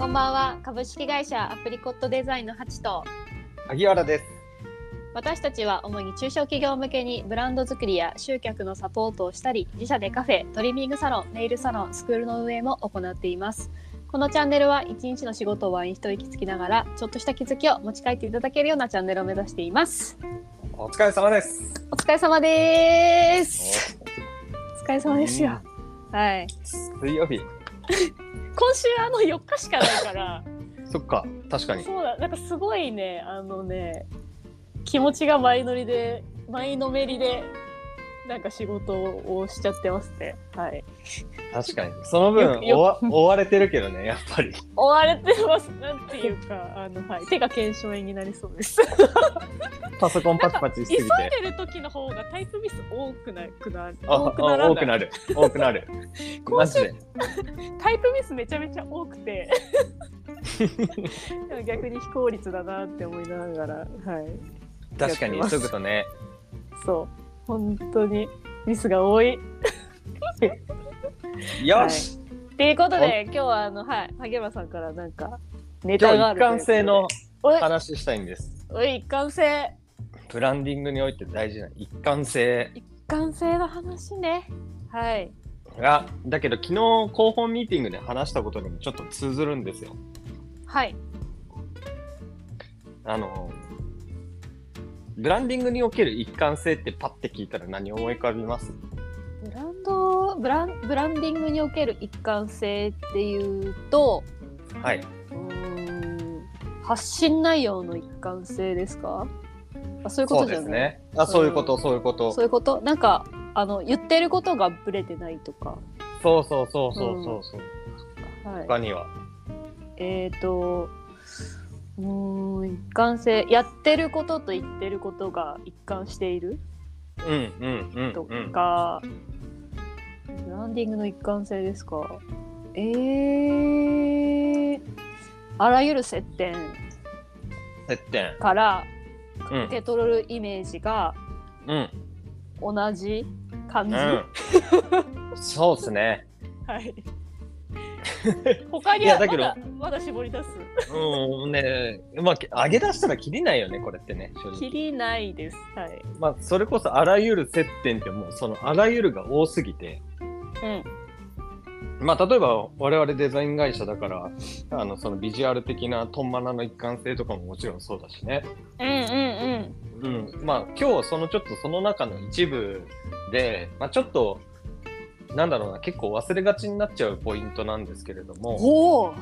んばんは。株式会社アプリコットデザインのハチと萩原です。 私たちは主に中小企業向けにブランド作りや集客のサポートをしたり、自社でカフェ、トリミングサロン、ネイルサロン、スクールの運営も行っています。このチャンネルは一日の仕事をワイン一息つきながらちょっとした気づきを持ち帰っていただけるようなチャンネルを目指しています。 お疲れ様です。 お疲れ様です。お疲れ様ですよ。はい。 水曜日。 今週4日しかないからそっか、確かに。 そうだ、なんかすごいね、気持ちが前のめりでなんか仕事をしちゃってますね。はい。 確かに。その分追われてるけどね、やっぱり。 追われてます。なんていうか、はい、手が腱鞘炎になりそうです。 パソコンパチパチしすぎて。 急いでる時の方がタイプミス多くなる。 多くなる。マジで。 タイプミスめちゃめちゃ多くて。逆に非効率だなって思いながら、はい。 確かに急ぐとね。 そう。本当にミスが多い。 よし。 ということで今日は萩原さんからなんかネタがあるということで。 今日一貫性の話したいんです。 一貫性。 ブランディングにおいて大事な一貫性。 一貫性の話ね。はい。 だけど昨日広報ミーティングで話したことにもちょっと通ずるんですよ。 はい。 ブランディングにおける一貫性ってパッて聞いたら何を思い浮かびます？ ブランディングにおける一貫性っていうと、 はい。 発信内容の一貫性ですか？そういうことじゃない？そうですね。そういうこと。そういうこと。なんか言ってることがブレてないとか。 そう。 はい、 他には。 一貫性、やってることと言ってることが一貫しているとか、ブランディングの一貫性ですか？あらゆる接点から受け取るイメージが同じ感じ、 そうですね。 はい。他にはまだ絞り出す。 ね、上げ出したらキリないよね、これってね。 キリないです。はい。 それこそあらゆる接点ってもうそのあらゆるが多すぎて。例えば我々デザイン会社だからそのビジュアル的なトンマナの一貫性とかももちろんそうだしね。今日そのちょっとその中の一部で、ちょっとなんだろうな、結構忘れがちになっちゃうポイントなんですけれども、も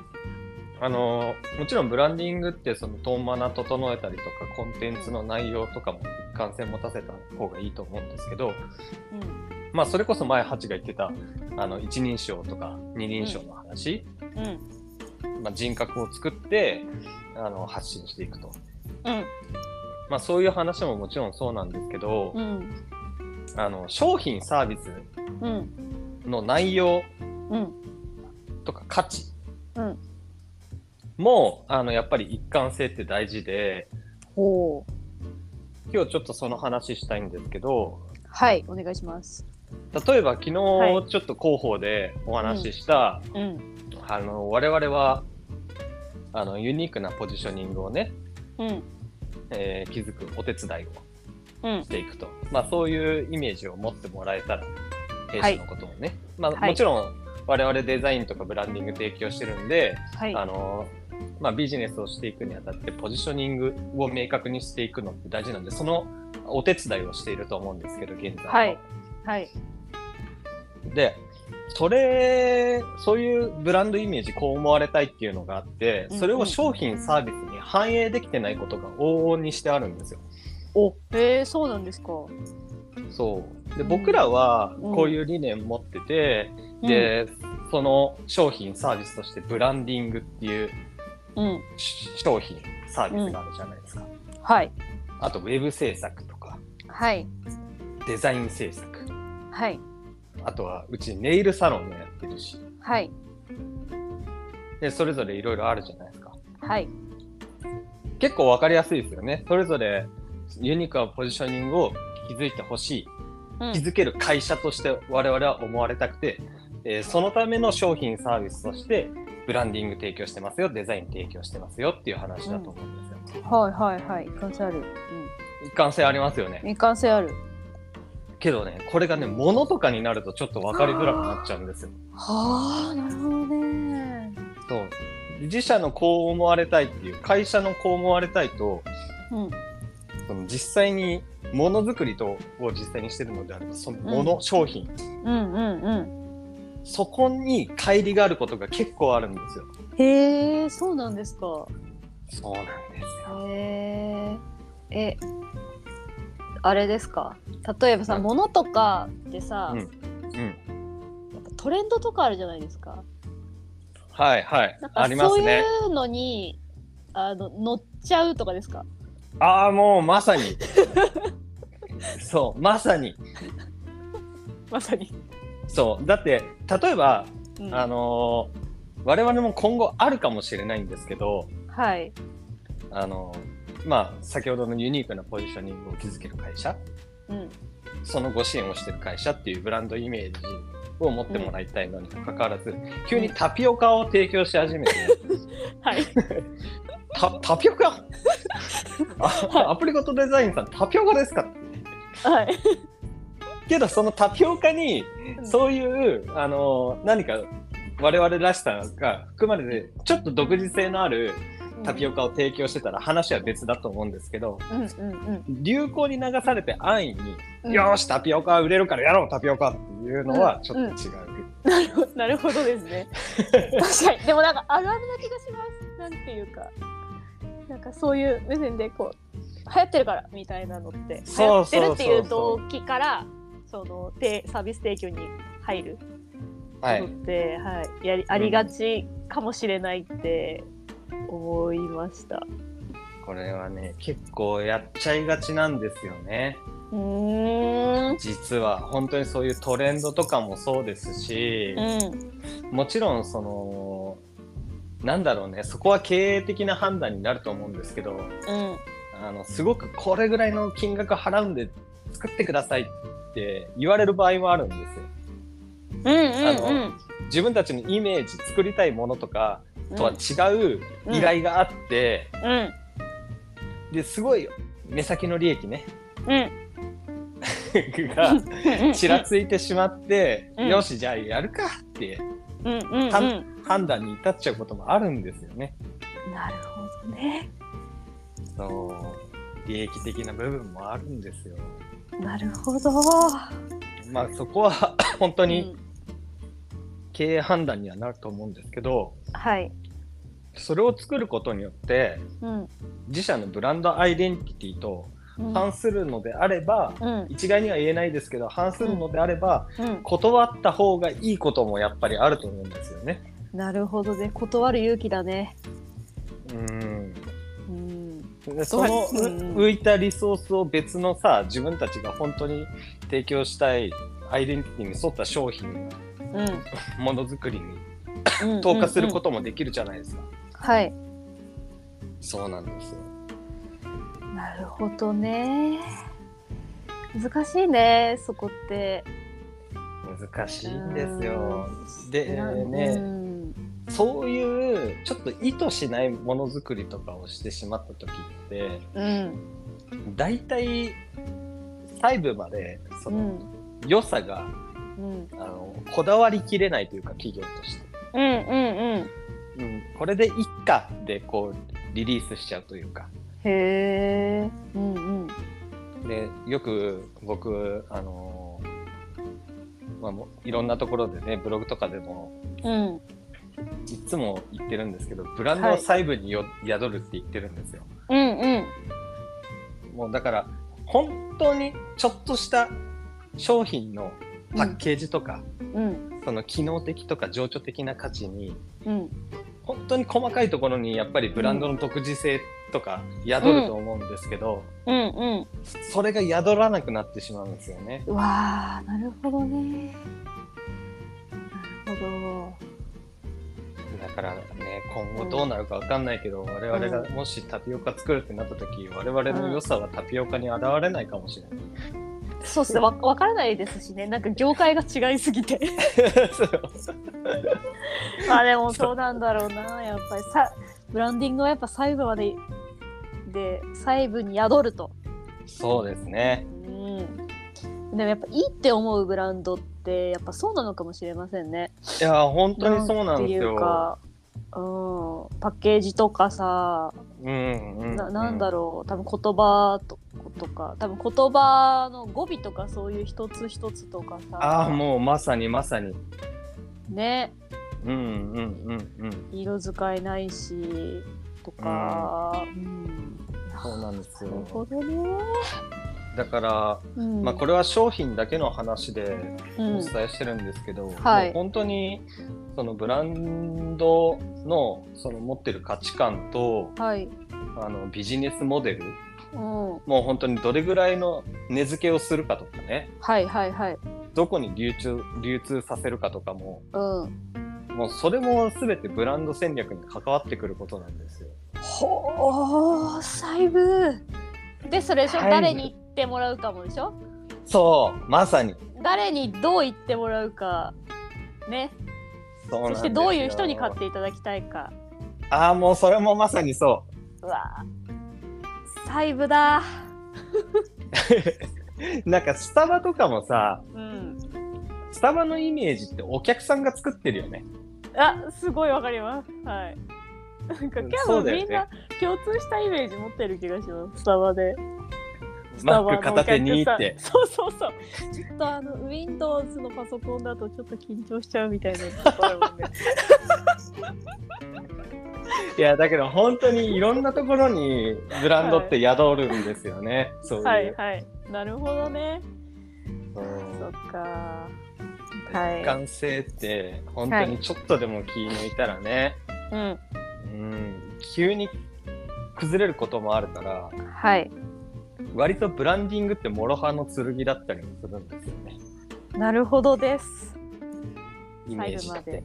ちろんブランディングってそのトーンマナ整えたりとかコンテンツの内容とかも一貫性持たせた方がいいと思うんですけど、それこそ前ハチが言ってた一人称とか二人称の話、人格を作って発信していくと、そういう話ももちろんそうなんですけど、商品サービスの内容とか価値もやっぱり一貫性って大事で、今日ちょっとその話したいんですけど。 はい、お願いします。 例えば昨日ちょっと広報でお話しした、我々はユニークなポジショニングをね、築くお手伝いをしていくと、そういうイメージを持ってもらえたら弊社のこともね、もちろん我々デザインとかブランディング提供してるんで、ビジネスをしていくにあたってポジショニングを明確にしていくのって大事なんで、そのお手伝いをしていると思うんですけど現在で、そういうブランドイメージこう思われたいっていうのがあって、それを商品サービスに反映できてないことが往々にしてあるんですよ。 そうなんですか。 そうで、僕らはこういう理念持ってて、でその商品サービスとしてブランディングっていう、商品サービスがあるじゃないですか。あとウェブ制作とか、デザイン制作、あとはうちネイルサロンもやってるし、でそれぞれいろいろあるじゃないですか。結構わかりやすいですよね。それぞれユニークなポジショニングを築いてほしい、築ける会社として我々は思われたくて、そのための商品サービスとして、 ブランディング提供してますよ、デザイン提供してますよっていう話だと思うんですよ。 はいはいはい、一貫性ある。 一貫性ありますよね。 一貫性ある。 けどね、これがね、物とかになるとちょっと分かりづらくなっちゃうんですよ。 はあ、なるほどね。 そう。自社のこう思われたいっていう、会社のこう思われたいと、その実際にものづくりを実際にしてるのであれば、そのもの、商品、そこに乖離があることが結構あるんですよ。 へえ、そうなんですか。 そうなんですよ。 へえ。あれですか。例えばさ、物とかってさ、やっぱトレンドとかあるじゃないですか。 はいはい。 なんかありますね。そういうのに乗っちゃうとかですか。 ああ、もうまさに。そう、まさに。 まさに。 そう。だって、例えば、我々も今後あるかもしれないんですけど、 はい。 まあ、先ほどのユニークなポジショニングを築ける会社、そのご支援をしている会社っていうブランドイメージを持ってもらいたいのにもかかわらず、急にタピオカを提供し始めて、 はい。 タピオカアプリゴットデザインさん、タピオカですかって。 はい。 けど、そのタピオカに、そういう、何か我々らしさが含まれて、ちょっと独自性のあるタピオカを提供してたら話は別だと思うんですけど、流行に流されて安易に、よーし、タピオカ売れるからやろう、タピオカっていうのはちょっと違う。 なるほどですね。確かに。でもなんかあるあるな気がします。なんていうか、なんかそういう目線でこう流行ってるからみたいなのって、流行ってるっていう動機からそのサービス提供に入ることって、ありがちかもしれないって思いました。 これはね、結構やっちゃいがちなんですよね。実は本当にそういうトレンドとかもそうですし、もちろんそのなんだろうね、そこは経営的な判断になると思うんですけど、すごくこれぐらいの金額払うんで作ってくださいって言われる場合もあるんですよ。自分たちのイメージ、作りたいものとかとは違う依頼があって、ですごい目先の利益ね、がちらついてしまって、よしじゃあやるかって判断に至っちゃうこともあるんですよね。 なるほどね。 そう利益的な部分もあるんですよ。 なるほど。 まあそこは本当に経営判断にはなると思うんですけど、それを作ることによって、自社のブランドアイデンティティと反するのであれば、一概には言えないですけど、反するのであれば、断った方がいいこともやっぱりあると思うんですよね。 なるほどね。断る勇気だね。 その浮いたリソースを別のさ、自分たちが本当に提供したいアイデンティティに沿った商品、ものづくりに投下することもできるじゃないですか。 はい。 そうなんですよ。 なるほどね。難しいね、そこって。 難しいんですよ。でね、そういうちょっと意図しないものづくりとかをしてしまった時って、だいたい細部までその良さが、こだわりきれないというか、企業として。これでいっかでこうリリースしちゃうというか。 へー。 でよく僕いろんなところでね、ブログとかでも、いつも言ってるんですけど、ブランドは細部に宿るって言ってるんですよ。もうだから本当にちょっとした商品のパッケージとか、その機能的とか情緒的な価値に、本当に細かいところにやっぱりブランドの独自性とか宿ると思うんですけど、それが宿らなくなってしまうんですよね。 わー、なるほどね。なるほど。 だからね、今後どうなるか分かんないけど、我々がもしタピオカ作るってなった時、我々の良さはタピオカに現れないかもしれない。 そうっすね、わからないですしね、なんか業界が違いすぎてまあでもそうなんだろうな、やっぱりブランディングはやっぱ細部まで細部に宿ると。 そうですね。 でもやっぱいいって思うブランドってやっぱそうなのかもしれませんね。 いや本当にそうなんですよ。 っていうか、パッケージとかさ、なんだろう、多分言葉とか、多分言葉の語尾とかそういう一つ一つとかさ。 もうまさにね。色使いないしとか、 そうなんですよ。 なるほどね。 だから、これは商品だけの話でお伝えしてるんですけど、もう本当にそのブランドのその持ってる価値観と、ビジネスモデル、もう本当にどれぐらいの値付けをするかとかね、どこに流通させるかとかも、もうそれも全てブランド戦略に関わってくることなんですよ。 細部で、それでしょ、誰に言ってもらうかもでしょ。 そう、まさに誰にどう言ってもらうかね。そしてどういう人に買っていただきたいか。 もうそれもまさにそう。 うわ、細部だなんかスタバとかもさ、スタバのイメージってお客さんが作ってるよね。 すごいわかります。なんか多分みんな共通したイメージ持ってる気がします。スタバで。 マック片手にって。 そう。ちょっとWindows のパソコンだとちょっと緊張しちゃうみたいなところもね。 いやだけど本当にいろんなところにブランドって宿るんですよね。そういう。 なるほどね。そっか。 一貫性って本当にちょっとでも気抜いたらね、急に崩れることもあるから、割とブランディングって諸刃の剣だったりもするんですよね。 なるほどです。 イメージって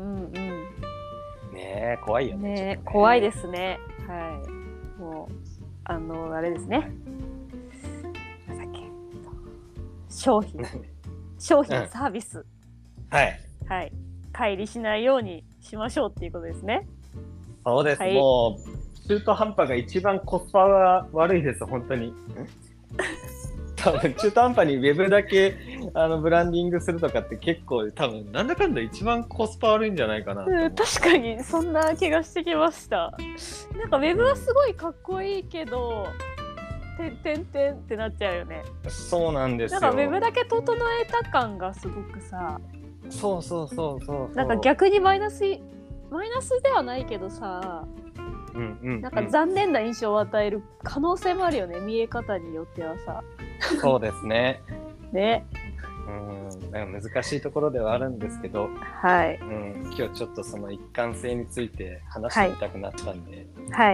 ね、怖いよね。 怖いですね。もうあれですね。なんだっけ、商品サービス、乖離しないようにしましょうっていうことですね。 そうです。もう中途半端が一番コスパが悪いです。本当に。多分中途半端にウェブだけブランディングするとかって結構多分なんだかんだ一番コスパ悪いんじゃないかな。 確かにそんな気がしてきました。なんかウェブはすごいかっこいいけど、ってなっちゃうよね。 そうなんですよ。 なんかウェブだけ整えた感がすごくさ。 そうなんか逆にマイナスではないけどさ、なんか残念な印象を与える可能性もあるよね、見え方によってはさ。 そうですね。 ね。 難しいところではあるんですけど、今日ちょっとその一貫性について話してみたくなったんで、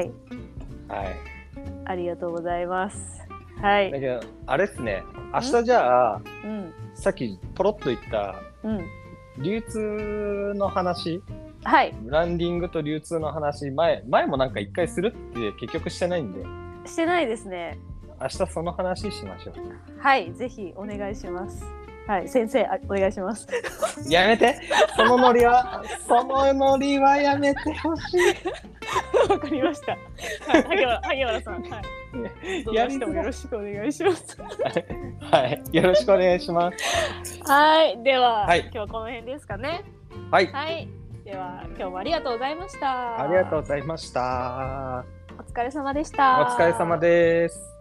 ありがとうございます。だけどあれですね、明日じゃあ、さっきポロッと言った、流通の話、ブランディングと流通の話、前もなんか一回するって結局してないんで。 してないですね。 明日その話しましょう。ぜひお願いします。先生お願いします。 やめて、そのノリはやめてほしい。 わかりました。萩原さん、どうしてもよろしくお願いします。 よろしくお願いします。 では、今日はこの辺ですかね。では今日もありがとうございました。 ありがとうございました。 お疲れ様でした。 お疲れ様です。